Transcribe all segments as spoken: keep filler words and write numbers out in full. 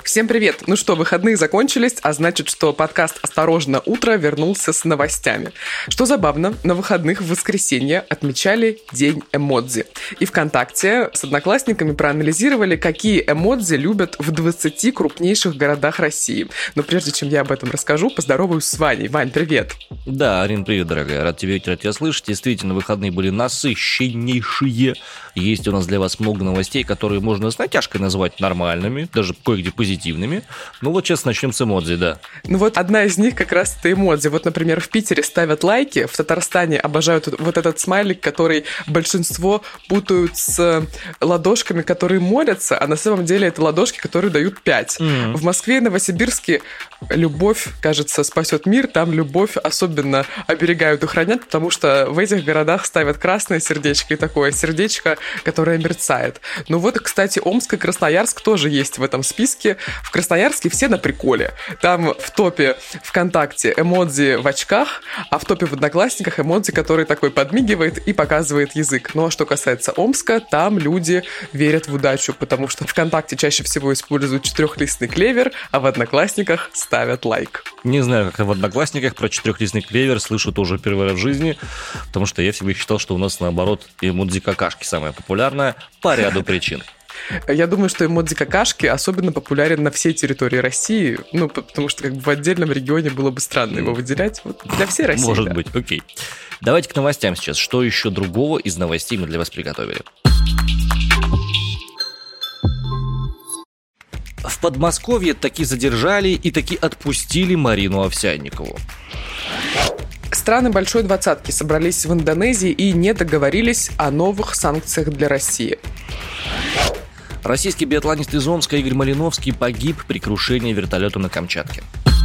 Всем привет! Ну что, выходные закончились, а значит, что подкаст «Осторожно, утро» вернулся с новостями. Что забавно, на выходных в воскресенье отмечали День эмодзи. И ВКонтакте с одноклассниками проанализировали, какие эмодзи любят в двадцати крупнейших городах России. Но прежде чем я об этом расскажу, поздороваюсь с Ваней. Вань, привет! Да, Арин, привет, дорогая. Рад тебя видеть, рад тебя слышать. Действительно, выходные были насыщеннейшие. Есть у нас для вас много новостей, которые можно с натяжкой назвать нормальными, даже кое-где позитивными. Ну вот сейчас начнем с эмодзи, да. Ну вот одна из них как раз это эмодзи. Вот, например, в Питере ставят лайки, в Татарстане обожают вот этот смайлик, который большинство путают с ладошками, которые молятся, а на самом деле это ладошки, которые дают пять. Mm-hmm. В Москве и Новосибирске любовь, кажется, спасет мир. Там любовь особенно оберегают и хранят, потому что в этих городах ставят красное сердечко и такое сердечко, которое мерцает. Ну вот, кстати, Омск и Красноярск тоже есть в этом списке. В Красноярске все на приколе. Там в топе ВКонтакте эмодзи в очках, а в топе в Одноклассниках эмодзи, который такой подмигивает и показывает язык. Ну а что касается Омска, там люди верят в удачу, потому что ВКонтакте чаще всего используют четырехлистный клевер, а в Одноклассниках ставят лайк. Не знаю, как в Одноклассниках про четырехлистный клевер слышу тоже первый раз в жизни, потому что я всегда считал, что у нас наоборот эмодзи какашки самая популярная по ряду причин. Я думаю, что эмодзи какашки особенно популярен на всей территории России, ну, потому что как бы в отдельном регионе было бы странно его выделять. Вот для всей России. Может да. быть, окей. Давайте к новостям сейчас. Что еще другого из новостей мы для вас приготовили? В Подмосковье таки задержали и таки отпустили Марину Овсянникову. Страны Большой Двадцатки собрались в Индонезии и не договорились о новых санкциях для России. Российский биатлонист из Омска Игорь Малиновский погиб при крушении вертолета на Камчатке.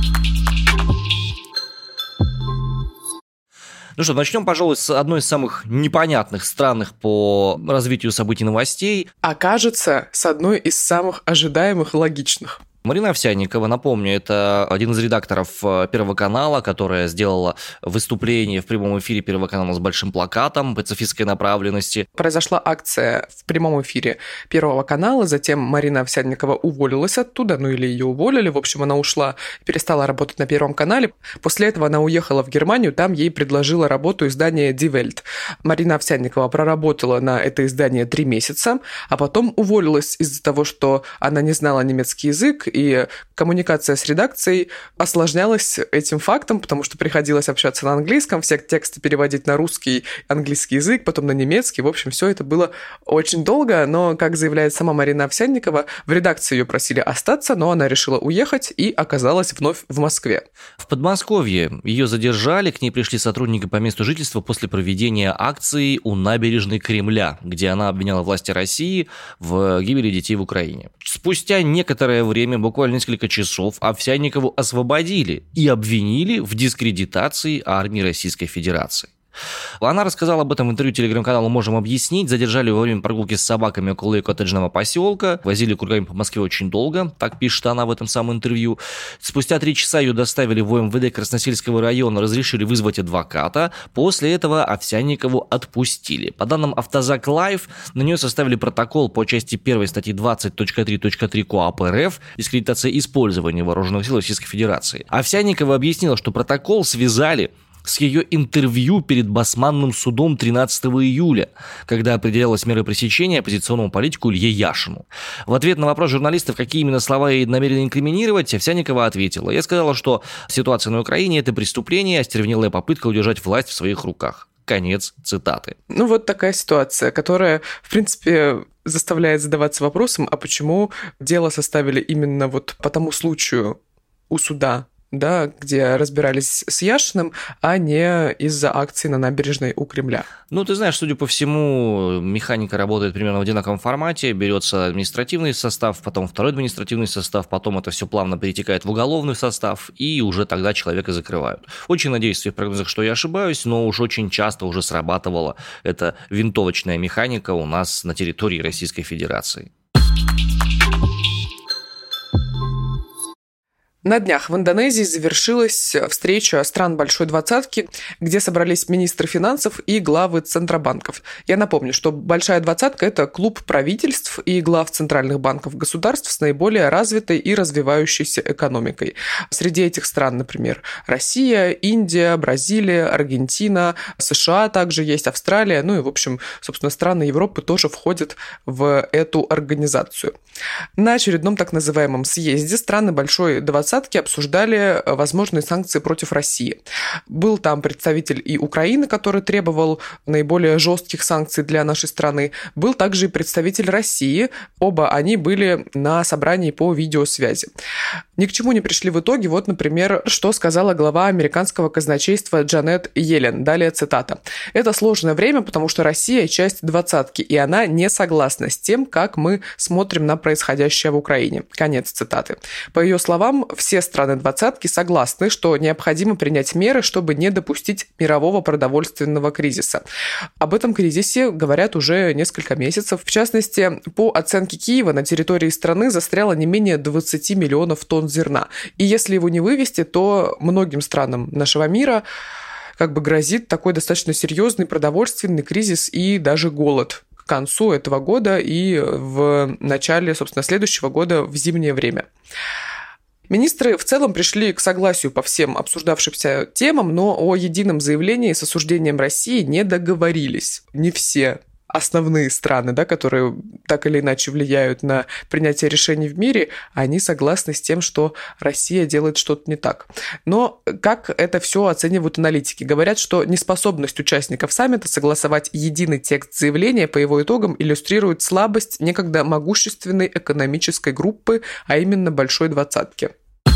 Ну что, начнем, пожалуй, с одной из самых непонятных, странных по развитию событий новостей. А кажется, с одной из самых ожидаемых и логичных. Марина Овсянникова, напомню, это один из редакторов Первого канала, которая сделала выступление в прямом эфире Первого канала с большим плакатом пацифистской направленности. Произошла акция в прямом эфире Первого канала, затем Марина Овсянникова уволилась оттуда, ну или ее уволили, в общем, она ушла, перестала работать на Первом канале. После этого она уехала в Германию, там ей предложило работу издание Die Welt. Марина Овсянникова проработала на это издание три месяца, а потом уволилась из-за того, что она не знала немецкий язык, и коммуникация с редакцией осложнялась этим фактом, потому что приходилось общаться на английском, все тексты переводить на русский, английский язык, потом на немецкий. В общем, все это было очень долго, но, как заявляет сама Марина Овсянникова, в редакции ее просили остаться, но она решила уехать и оказалась вновь в Москве. В Подмосковье ее задержали, к ней пришли сотрудники по месту жительства после проведения акции у набережной Кремля, где она обвиняла власти России в гибели детей в Украине. Спустя некоторое время, буквально несколько часов, Овсянникову освободили и обвинили в дискредитации армии Российской Федерации. Она рассказала об этом в интервью телеграм-каналу «Можем объяснить». Задержали во время прогулки с собаками около ее коттеджного поселка. Возили кругами по Москве очень долго, так пишет она в этом самом интервью. Спустя три часа ее доставили в ОМВД Красносельского района, разрешили вызвать адвоката. После этого Овсянникову отпустили. По данным Автозак Лайв, на нее составили протокол по части первой статьи двадцать точка три точка три КоАП РФ «Дискредитация использования вооруженных сил Российской Федерации». Овсянникова объяснила, что протокол связали с ее интервью перед Басманным судом тринадцатого июля, когда определялась мера пресечения оппозиционному политику Илье Яшину. В ответ на вопрос журналистов, какие именно слова ей намерены инкриминировать, Овсянникова ответила: «Я сказала, что ситуация на Украине – это преступление, остервенелая попытка удержать власть в своих руках». Конец цитаты. Ну вот такая ситуация, которая, в принципе, заставляет задаваться вопросом, а почему дело составили именно вот по тому случаю у суда, да, где разбирались с Яшиным, а не из-за акции на набережной у Кремля. Ну, ты знаешь, судя по всему, механика работает примерно в одинаковом формате. Берется административный состав, потом второй административный состав, потом это все плавно перетекает в уголовный состав, и уже тогда человека закрывают. Очень надеюсь в своих прогнозах, что я ошибаюсь, но уж очень часто уже срабатывала эта винтовочная механика у нас на территории Российской Федерации. На днях в Индонезии завершилась встреча стран Большой Двадцатки, где собрались министры финансов и главы центробанков. Я напомню, что Большая Двадцатка – это клуб правительств и глав центральных банков государств с наиболее развитой и развивающейся экономикой. Среди этих стран, например, Россия, Индия, Бразилия, Аргентина, США также есть, Австралия, ну и, в общем, собственно, страны Европы тоже входят в эту организацию. На очередном так называемом съезде страны Большой Двадцатки обсуждали возможные санкции против России. Был там представитель и Украины, который требовал наиболее жестких санкций для нашей страны. Был также и представитель России. Оба они были на собрании по видеосвязи. Ни к чему не пришли в итоге. Вот, например, что сказала глава американского казначейства Джанет Йеллен. Далее цитата. «Это сложное время, потому что Россия – часть двадцатки, и она не согласна с тем, как мы смотрим на происходящее в Украине». Конец цитаты. По ее словам, все страны двадцатки согласны, что необходимо принять меры, чтобы не допустить мирового продовольственного кризиса. Об этом кризисе говорят уже несколько месяцев. В частности, по оценке Киева, на территории страны застряло не менее двадцать миллионов тонн зерна. И если его не вывести, то многим странам нашего мира как бы грозит такой достаточно серьезный продовольственный кризис и даже голод к концу этого года и в начале, собственно, следующего года в зимнее время. Министры в целом пришли к согласию по всем обсуждавшимся темам, но о едином заявлении с осуждением России не договорились. Не все основные страны, да, которые так или иначе влияют на принятие решений в мире, они согласны с тем, что Россия делает что-то не так. Но как это все оценивают аналитики? Говорят, что неспособность участников саммита согласовать единый текст заявления по его итогам иллюстрирует слабость некогда могущественной экономической группы, а именно Большой Двадцатки.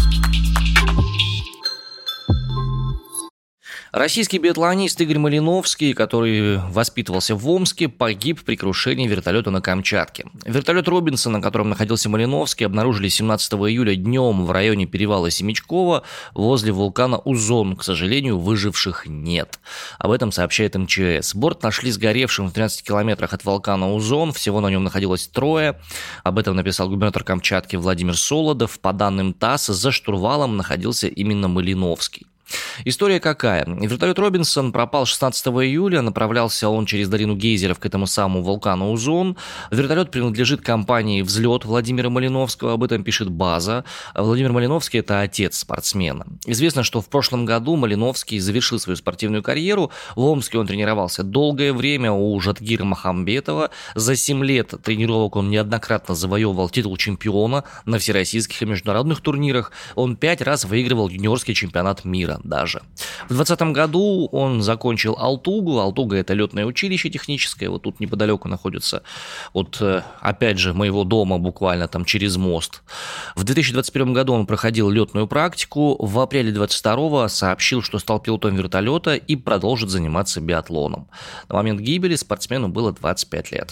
Российский биатлонист Игорь Малиновский, который воспитывался в Омске, погиб при крушении вертолета на Камчатке. Вертолет Робинсон, на котором находился Малиновский, обнаружили семнадцатого июля днем в районе перевала Семичкова возле вулкана Узон. К сожалению, выживших нет. Об этом сообщает эм че эс. Борт нашли сгоревшим в тринадцати километрах от вулкана Узон. Всего на нем находилось трое. Об этом написал губернатор Камчатки Владимир Солодов. По данным ТАСС, за штурвалом находился именно Малиновский. История какая? Вертолет Робинсон пропал шестнадцатого июля, направлялся он через долину гейзеров к этому самому вулкану Узон. Вертолет принадлежит компании «Взлет» Владимира Малиновского, об этом пишет «База». Владимир Малиновский – это отец спортсмена. Известно, что в прошлом году Малиновский завершил свою спортивную карьеру. В Омске он тренировался долгое время у Жадгира Махамбетова. За семь лет тренировок он неоднократно завоевывал титул чемпиона на всероссийских и международных турнирах. Он пять раз выигрывал юниорский чемпионат мира даже. В двадцатом году он закончил Алтугу. Алтуга – это летное училище техническое, вот тут неподалеку находится, вот опять же, моего дома буквально там через мост. В две тысячи двадцать первом году он проходил летную практику, в апреле двадцать второго сообщил, что стал пилотом вертолета и продолжит заниматься биатлоном. На момент гибели спортсмену было двадцать пять лет.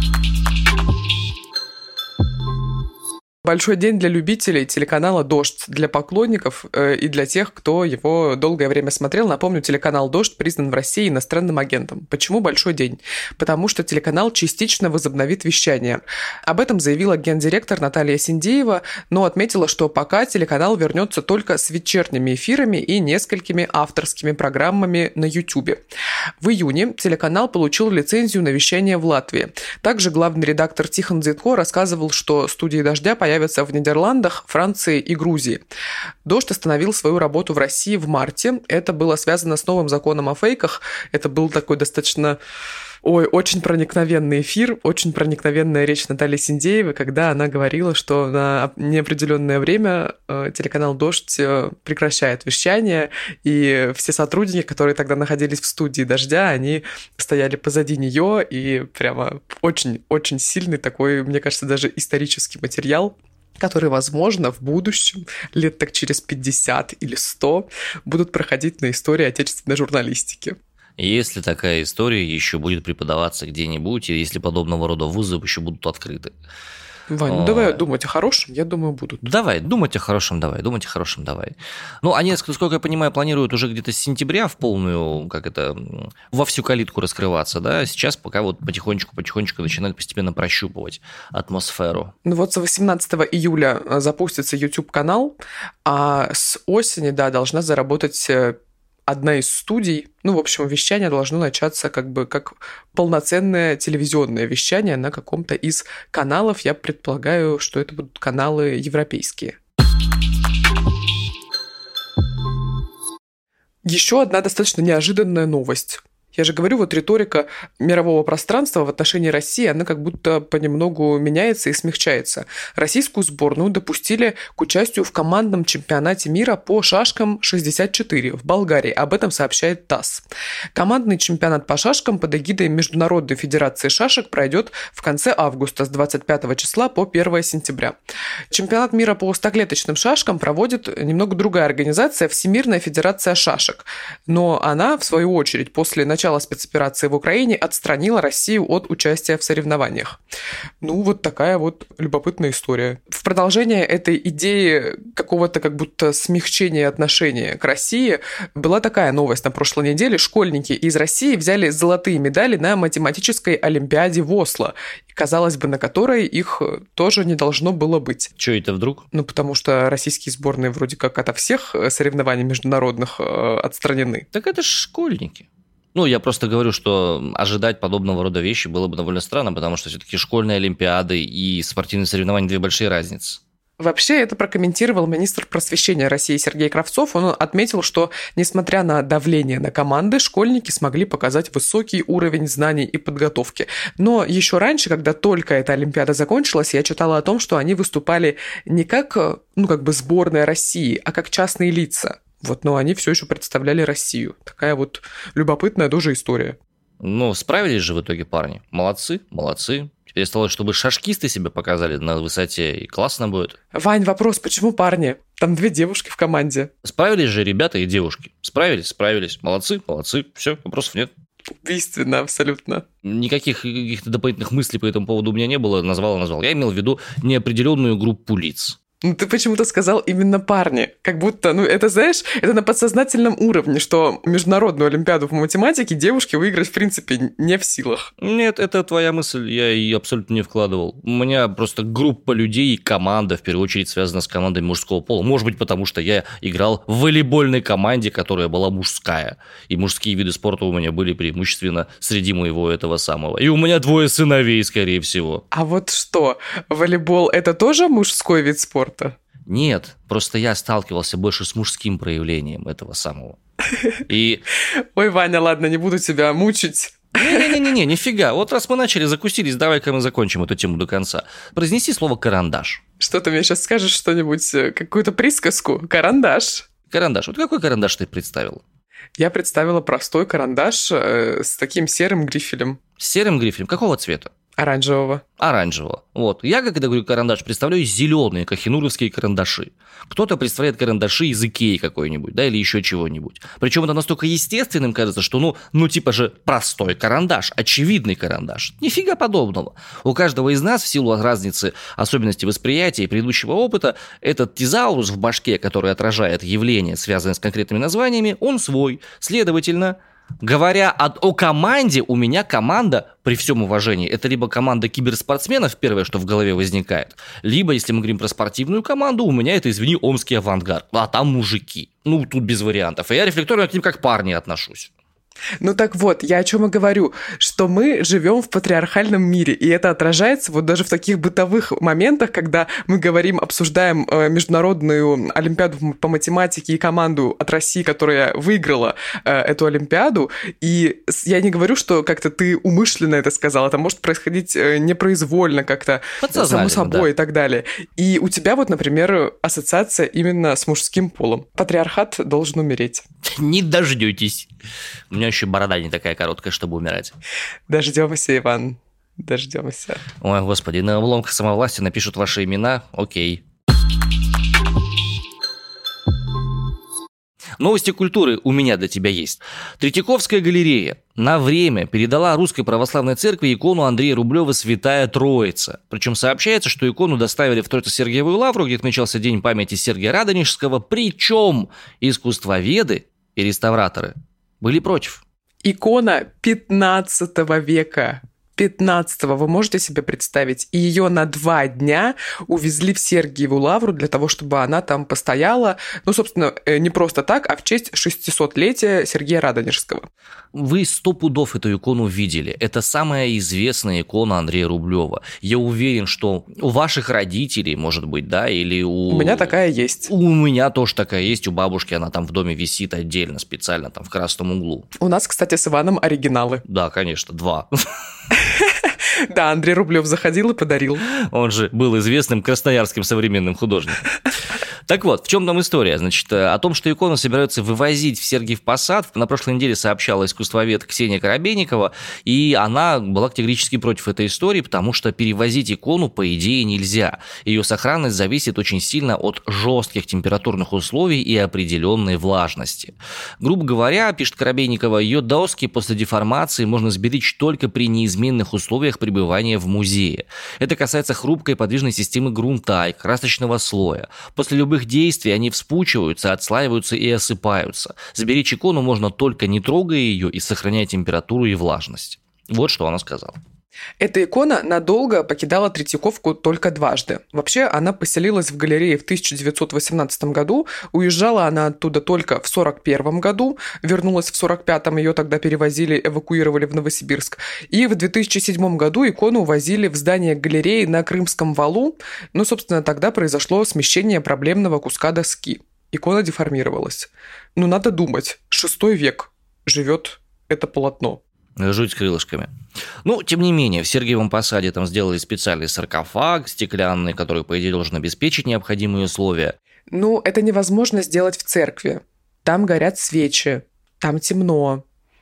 Большой день для любителей телеканала «Дождь», для поклонников э, и для тех, кто его долгое время смотрел. Напомню, телеканал «Дождь» признан в России иностранным агентом. Почему большой день? Потому что телеканал частично возобновит вещание. Об этом заявила гендиректор Наталья Синдеева, но отметила, что пока телеканал вернется только с вечерними эфирами и несколькими авторскими программами на Ютубе. В июне телеканал получил лицензию на вещание в Латвии. Также главный редактор Тихон Зитко рассказывал, что студии «Дождя» появятся в Нидерландах, Франции и Грузии. «Дождь» остановил свою работу в России в марте. Это было связано с новым законом о фейках. Это был такой достаточно... Ой, очень проникновенный эфир, очень проникновенная речь Натальи Синдеевой, когда она говорила, что на неопределенное время телеканал «Дождь» прекращает вещание, и все сотрудники, которые тогда находились в студии «Дождя», они стояли позади нее, и прямо очень-очень сильный такой, мне кажется, даже исторический материал, которые, возможно, в будущем, лет так через пятьдесят или сто, будут проходить на истории отечественной журналистики. Если такая история еще будет преподаваться где-нибудь, и если подобного рода вузы еще будут открыты. Вань, ну давай думать о хорошем, я думаю, будут. Давай, думать о хорошем, давай, думать о хорошем, давай. Ну, они, насколько я понимаю, планируют уже где-то с сентября в полную, как это, во всю калитку раскрываться, да? Сейчас пока вот потихонечку-потихонечку начинают постепенно прощупывать атмосферу. Ну вот с восемнадцатого июля запустится YouTube-канал, а с осени, да, должна заработать одна из студий. Ну, в общем, вещание должно начаться как бы как полноценное телевизионное вещание на каком-то из каналов. Я предполагаю, что это будут каналы европейские. Еще одна достаточно неожиданная новость. Я же говорю, вот риторика мирового пространства в отношении России, она как будто понемногу меняется и смягчается. Российскую сборную допустили к участию в командном чемпионате мира по шашкам шестьдесят четыре в Болгарии. Об этом сообщает ТАСС. Командный чемпионат по шашкам под эгидой Международной федерации шашек пройдет в конце августа с двадцать пятого числа по первого сентября. Чемпионат мира по стоклеточным шашкам проводит немного другая организация – Всемирная федерация шашек. Но она, в свою очередь, после начала спецоперации в Украине отстранила Россию от участия в соревнованиях. Ну, вот такая вот любопытная история. В продолжение этой идеи какого-то как будто смягчения отношения к России была такая новость на прошлой неделе. Школьники из России взяли золотые медали на математической олимпиаде в Осло, казалось бы, на которой их тоже не должно было быть. Чё это вдруг? Ну, потому что российские сборные вроде как ото всех соревнований международных отстранены. Так это ж школьники. Ну, я просто говорю, что ожидать подобного рода вещи было бы довольно странно, потому что все-таки школьные олимпиады и спортивные соревнования – две большие разницы. Вообще, это прокомментировал министр просвещения России Сергей Кравцов. Он отметил, что, несмотря на давление на команды, школьники смогли показать высокий уровень знаний и подготовки. Но еще раньше, когда только эта олимпиада закончилась, я читала о том, что они выступали не как, ну, как бы сборная России, а как частные лица. Вот, но они все еще представляли Россию. Такая вот любопытная тоже история. Ну, справились же в итоге парни. Молодцы, молодцы. Теперь осталось, чтобы шашкисты себя показали на высоте, и классно будет. Вань, вопрос, почему парни? Там две девушки в команде. Справились же ребята и девушки. Справились, справились. Молодцы, молодцы. Все, вопросов нет. Убийственно, абсолютно. Никаких каких-то дополнительных мыслей по этому поводу у меня не было. Назвал и назвал. Я имел в виду неопределенную группу лиц. Ну, ты почему-то сказал именно парни. Как будто, ну, это, знаешь, это на подсознательном уровне, что международную олимпиаду по математике девушки выиграть, в принципе, не в силах. Нет, это твоя мысль, я ее абсолютно не вкладывал. У меня просто группа людей и команда, в первую очередь, связана с командой мужского пола. Может быть, потому что я играл в волейбольной команде, которая была мужская. И мужские виды спорта у меня были преимущественно среди моего этого самого. И у меня двое сыновей, скорее всего. А вот что, волейбол – это тоже мужской вид спорта? Нет, просто я сталкивался больше с мужским проявлением этого самого. И... Ой, Ваня, ладно, не буду тебя мучить. Не-не-не, нифига. Вот раз мы начали, закусились, давай-ка мы закончим эту тему до конца. Произнеси слово «карандаш». Что ты мне сейчас скажешь, что-нибудь, какую-то присказку? Карандаш. Карандаш. Вот какой карандаш ты представил? Я представила простой карандаш э, с таким серым грифелем. С серым грифелем? Какого цвета? Оранжевого. Оранжевого. Вот. Я, когда говорю карандаш, представляю зеленые кахинуровские карандаши. Кто-то представляет карандаши из Икеи какой-нибудь, да, или еще чего-нибудь. Причем это настолько естественным кажется, что, ну, ну, типа же простой карандаш, очевидный карандаш. Нифига подобного. У каждого из нас, в силу разницы особенностей восприятия и предыдущего опыта, этот тезаурус в башке, который отражает явления, связанные с конкретными названиями, он свой. Следовательно, говоря от, о команде, у меня команда, при всем уважении, это либо команда киберспортсменов, первое, что в голове возникает, либо, если мы говорим про спортивную команду, у меня это, извини, омский авангард, а там мужики. Ну, тут без вариантов. И я рефлекторно к ним как парни отношусь. Ну так вот, я о чем и говорю, что мы живем в патриархальном мире, и это отражается вот даже в таких бытовых моментах, когда мы говорим, обсуждаем международную олимпиаду по математике и команду от России, которая выиграла эту олимпиаду, и я не говорю, что как-то ты умышленно это сказал, это может происходить непроизвольно как-то, само собой, да, и так далее. И у тебя вот, например, ассоциация именно с мужским полом. Патриархат должен умереть. Не дождетесь. У меня еще борода не такая короткая, чтобы умирать. Дождемся, Иван, дождемся. Ой, господи, на обломках самовластия напишут ваши имена, окей. Новости культуры у меня для тебя есть. Третьяковская галерея на время передала Русской Православной Церкви икону Андрея Рублева «Святая Троица». Причем сообщается, что икону доставили в Троице-Сергиевую лавру, где отмечался День памяти Сергия Радонежского. Причем искусствоведы и реставраторы были против. Икона пятнадцатого века. пятнадцатого, вы можете себе представить? И ее на два дня увезли в Сергиеву лавру для того, чтобы она там постояла, ну, собственно, не просто так, а в честь шестисотлетия Сергия Радонежского. Вы сто пудов эту икону видели. Это самая известная икона Андрея Рублева. Я уверен, что у ваших родителей, может быть, да, или у... У меня такая есть. У меня тоже такая есть, у бабушки она там в доме висит отдельно, специально, там в красном углу. У нас, кстати, с Иваном оригиналы. Да, конечно, два. Да, Андрей Рублев заходил и подарил. Он же был известным красноярским современным художником. Так вот, в чем там история? Значит, о том, что икону собираются вывозить в Сергиев Посад, на прошлой неделе сообщала искусствовед Ксения Коробейникова, и она была категорически против этой истории, потому что перевозить икону, по идее, нельзя. Ее сохранность зависит очень сильно от жестких температурных условий и определенной влажности. Грубо говоря, пишет Коробейникова, ее доски после деформации можно сберечь только при неизменных условиях пребывания в музее. Это касается хрупкой подвижной системы грунта и красочного слоя. После любых действий они вспучиваются, отслаиваются и осыпаются. Сберечь икону можно только не трогая ее и сохраняя температуру и влажность. Вот что она сказала. Эта икона надолго покидала Третьяковку только дважды. Вообще, она поселилась в галерее в тысяча девятьсот восемнадцатом году, уезжала она оттуда только в сорок первом году, вернулась в сорок пятом, ее тогда перевозили, эвакуировали в Новосибирск, и в две тысячи седьмом году икону увозили в здание галереи на Крымском валу, ну, собственно, тогда произошло смещение проблемного куска доски. Икона деформировалась. Ну, надо думать, шестой век живет это полотно. Жуть с крылышками. Ну, тем не менее, в Сергиевом Посаде там сделали специальный саркофаг стеклянный, который, по идее, должен обеспечить необходимые условия. Ну, это невозможно сделать в церкви. Там горят свечи, там темно,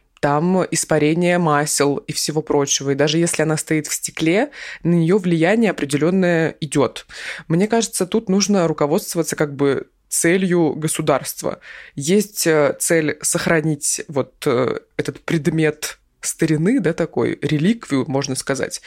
там испарение масел и всего прочего. И даже если она стоит в стекле, на нее влияние определенное идет. Мне кажется, тут нужно руководствоваться как бы целью государства. Есть цель сохранить вот этот предмет старины, да, такой, реликвию, можно сказать,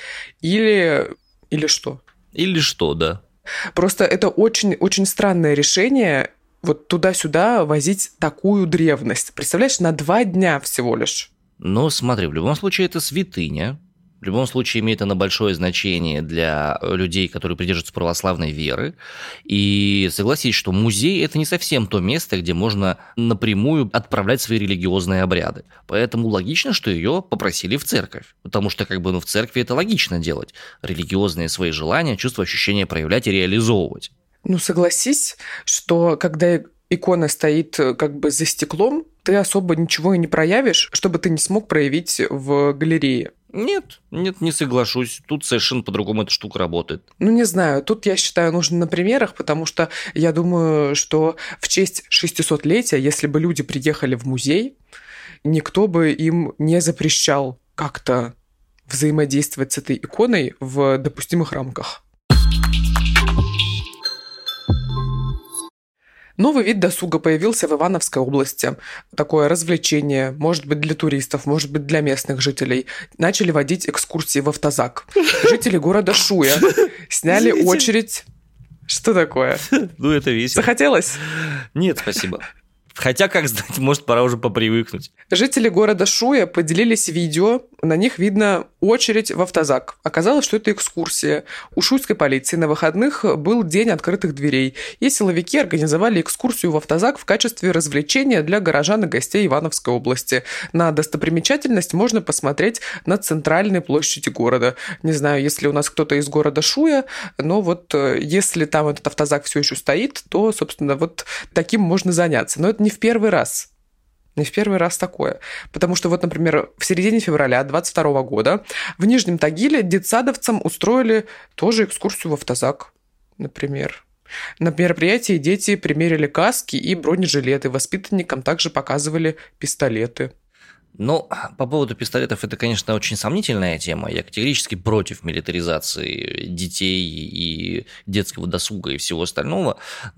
или, или что? Или что, да. Просто это очень-очень странное решение вот туда-сюда возить такую древность. Представляешь, на два дня всего лишь. Ну, смотри, в любом случае это святыня. В любом случае имеет она большое значение для людей, которые придерживаются православной веры. И согласись, что музей – это не совсем то место, где можно напрямую отправлять свои религиозные обряды. Поэтому логично, что ее попросили в церковь. Потому что как бы, ну, в церкви это логично делать. Религиозные свои желания, чувства, ощущения проявлять и реализовывать. Ну, согласись, что когда икона стоит как бы за стеклом, ты особо ничего и не проявишь, чтобы ты не смог проявить в галерее. Нет, нет, не соглашусь. Тут совершенно по-другому эта штука работает. Ну, не знаю. Тут, я считаю, нужно на примерах, потому что я думаю, что в честь шестисотлетия, если бы люди приехали в музей, никто бы им не запрещал как-то взаимодействовать с этой иконой в допустимых рамках. Новый вид досуга появился в Ивановской области. Такое развлечение, может быть, для туристов, может быть, для местных жителей. Начали водить экскурсии в автозак. Жители города Шуя сняли очередь. Что такое? Ну, это весело. Захотелось? Нет, спасибо. Хотя, как знать, может, пора уже попривыкнуть. Жители города Шуя поделились видео, на них видно очередь в автозак. Оказалось, что это экскурсия. У шуйской полиции на выходных был день открытых дверей, и силовики организовали экскурсию в автозак в качестве развлечения для горожан и гостей Ивановской области. На достопримечательность можно посмотреть на центральной площади города. Не знаю, если у нас кто-то из города Шуя, но вот если там этот автозак все еще стоит, то, собственно, вот таким можно заняться. Но это не в первый раз. Не в первый раз такое. Потому что вот, например, в середине февраля двадцать второго года в Нижнем Тагиле детсадовцам устроили тоже экскурсию в автозак, например. На мероприятии дети примерили каски и бронежилеты. Воспитанникам также показывали пистолеты. Ну, по поводу пистолетов, это, конечно, очень сомнительная тема. Я категорически против милитаризации детей и детского досуга и всего остального. Но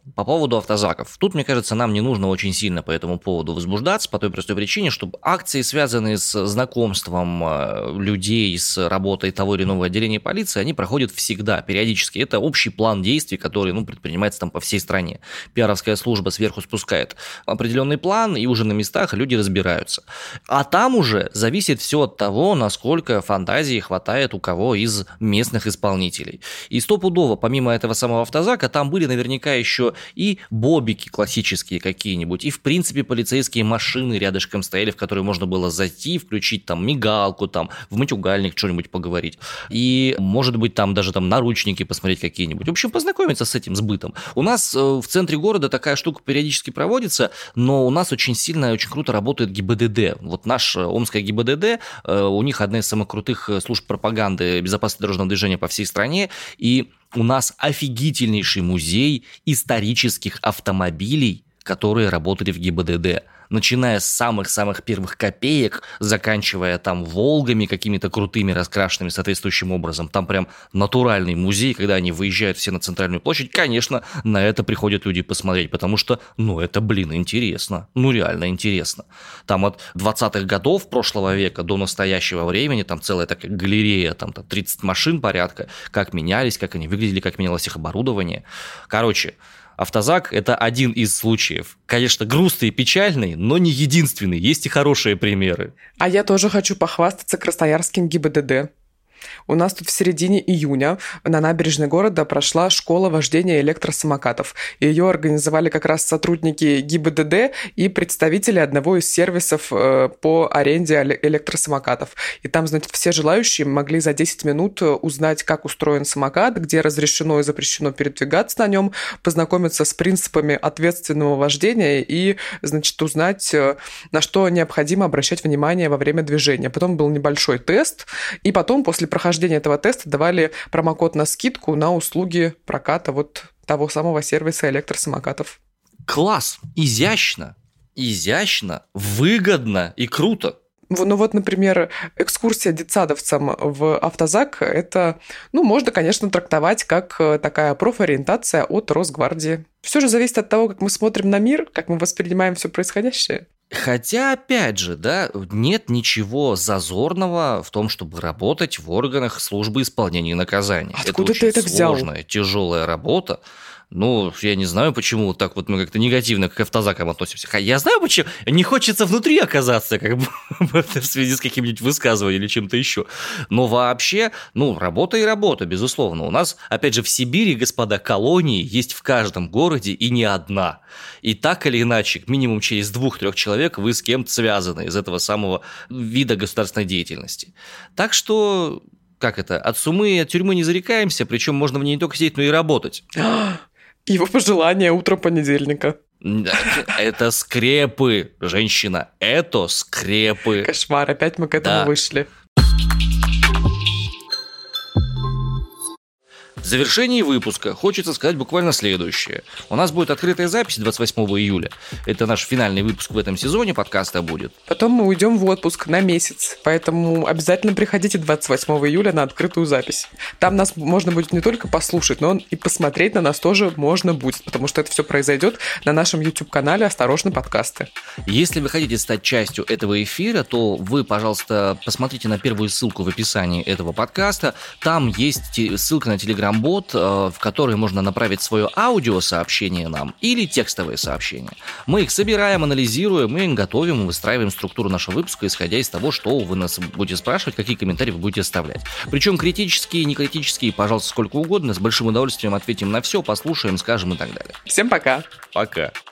по поводу автозаков. Тут, мне кажется, нам не нужно очень сильно по этому поводу возбуждаться, по той простой причине, что акции, связанные с знакомством людей с работой того или иного отделения полиции, они проходят всегда, периодически. Это общий план действий, который, ну, предпринимается там по всей стране. Пиаровская служба сверху спускает определенный план, и уже на местах люди разбираются. А там уже зависит все от того, насколько фантазии хватает у кого из местных исполнителей. И стопудово, помимо этого самого автозака, там были наверняка еще и бобики классические какие-нибудь, и, в принципе, полицейские машины рядышком стояли, в которые можно было зайти, включить там мигалку, там, в матюгальник что-нибудь поговорить. И, может быть, там даже там наручники посмотреть какие-нибудь. В общем, познакомиться с этим сбытом. У нас в центре города такая штука периодически проводится, но у нас очень сильно и очень круто работает ГИБДД. Вот наш омская ГИБДД, у них одна из самых крутых служб пропаганды безопасности дорожного движения по всей стране, и у нас офигительнейший музей исторических автомобилей, которые работали в ГИБДД. Начиная с самых-самых первых копеек, заканчивая там «Волгами» какими-то крутыми, раскрашенными соответствующим образом. Там прям натуральный музей, когда они выезжают все на центральную площадь. Конечно, на это приходят люди посмотреть, потому что, ну, это, блин, интересно. Ну, реально интересно. Там от двадцатых годов прошлого века до настоящего времени, там целая такая галерея, там тридцать машин порядка, как менялись, как они выглядели, как менялось их оборудование. Короче, автозак – это один из случаев. Конечно, грустный и печальный, но не единственный. Есть и хорошие примеры. А я тоже хочу похвастаться красноярским ГИБДД. У нас тут в середине июня на набережной города прошла школа вождения электросамокатов. Ее организовали как раз сотрудники ГИБДД и представители одного из сервисов по аренде электросамокатов. И там, значит, все желающие могли за десять минут узнать, как устроен самокат, где разрешено и запрещено передвигаться на нем, познакомиться с принципами ответственного вождения и, значит, узнать, на что необходимо обращать внимание во время движения. Потом был небольшой тест, и потом, после прохождения этого теста, давали промокод на скидку на услуги проката вот того самого сервиса электросамокатов. Класс! Изящно! Изящно, выгодно и круто! Ну вот, например, экскурсия детсадовцам в автозак, это, ну, можно, конечно, трактовать как такая профориентация от Росгвардии. Все же зависит от того, как мы смотрим на мир, как мы воспринимаем все происходящее. Хотя, опять же, да, нет ничего зазорного в том, чтобы работать в органах службы исполнения наказаний. Откуда это ты очень это взял? Сложная, тяжелая работа. Ну, я не знаю, почему вот так вот мы как-то негативно к автозакам относимся. Я знаю, почему. Не хочется внутри оказаться, как бы, в связи с каким-нибудь высказыванием или чем-то еще. Но вообще, ну, работа и работа, безусловно. У нас, опять же, в Сибири, господа, колонии есть в каждом городе и не одна. И так или иначе, минимум через двух-трех человек вы с кем-то связаны из этого самого вида государственной деятельности. Так что, как это, от сумы и от тюрьмы не зарекаемся, причем можно в ней не только сидеть, но и работать. Его пожелание утро понедельника. Это скрепы, женщина. Это скрепы. Кошмар, опять мы к этому да. вышли. В завершении выпуска хочется сказать буквально следующее. У нас будет открытая запись двадцать восьмого июля. Это наш финальный выпуск в этом сезоне подкаста будет. Потом мы уйдем в отпуск на месяц, поэтому обязательно приходите двадцать восьмого июля на открытую запись. Там нас можно будет не только послушать, но и посмотреть на нас тоже можно будет, потому что это все произойдет на нашем YouTube-канале «Осторожно, подкасты». Если вы хотите стать частью этого эфира, то вы, пожалуйста, посмотрите на первую ссылку в описании этого подкаста. Там есть ссылка на Telegram бот, в который можно направить свое аудиосообщение нам или текстовые сообщения. Мы их собираем, анализируем, мы их готовим, выстраиваем структуру нашего выпуска, исходя из того, что вы нас будете спрашивать, какие комментарии вы будете оставлять. Причем критические, не критические, пожалуйста, сколько угодно, с большим удовольствием ответим на все, послушаем, скажем и так далее. Всем пока! Пока!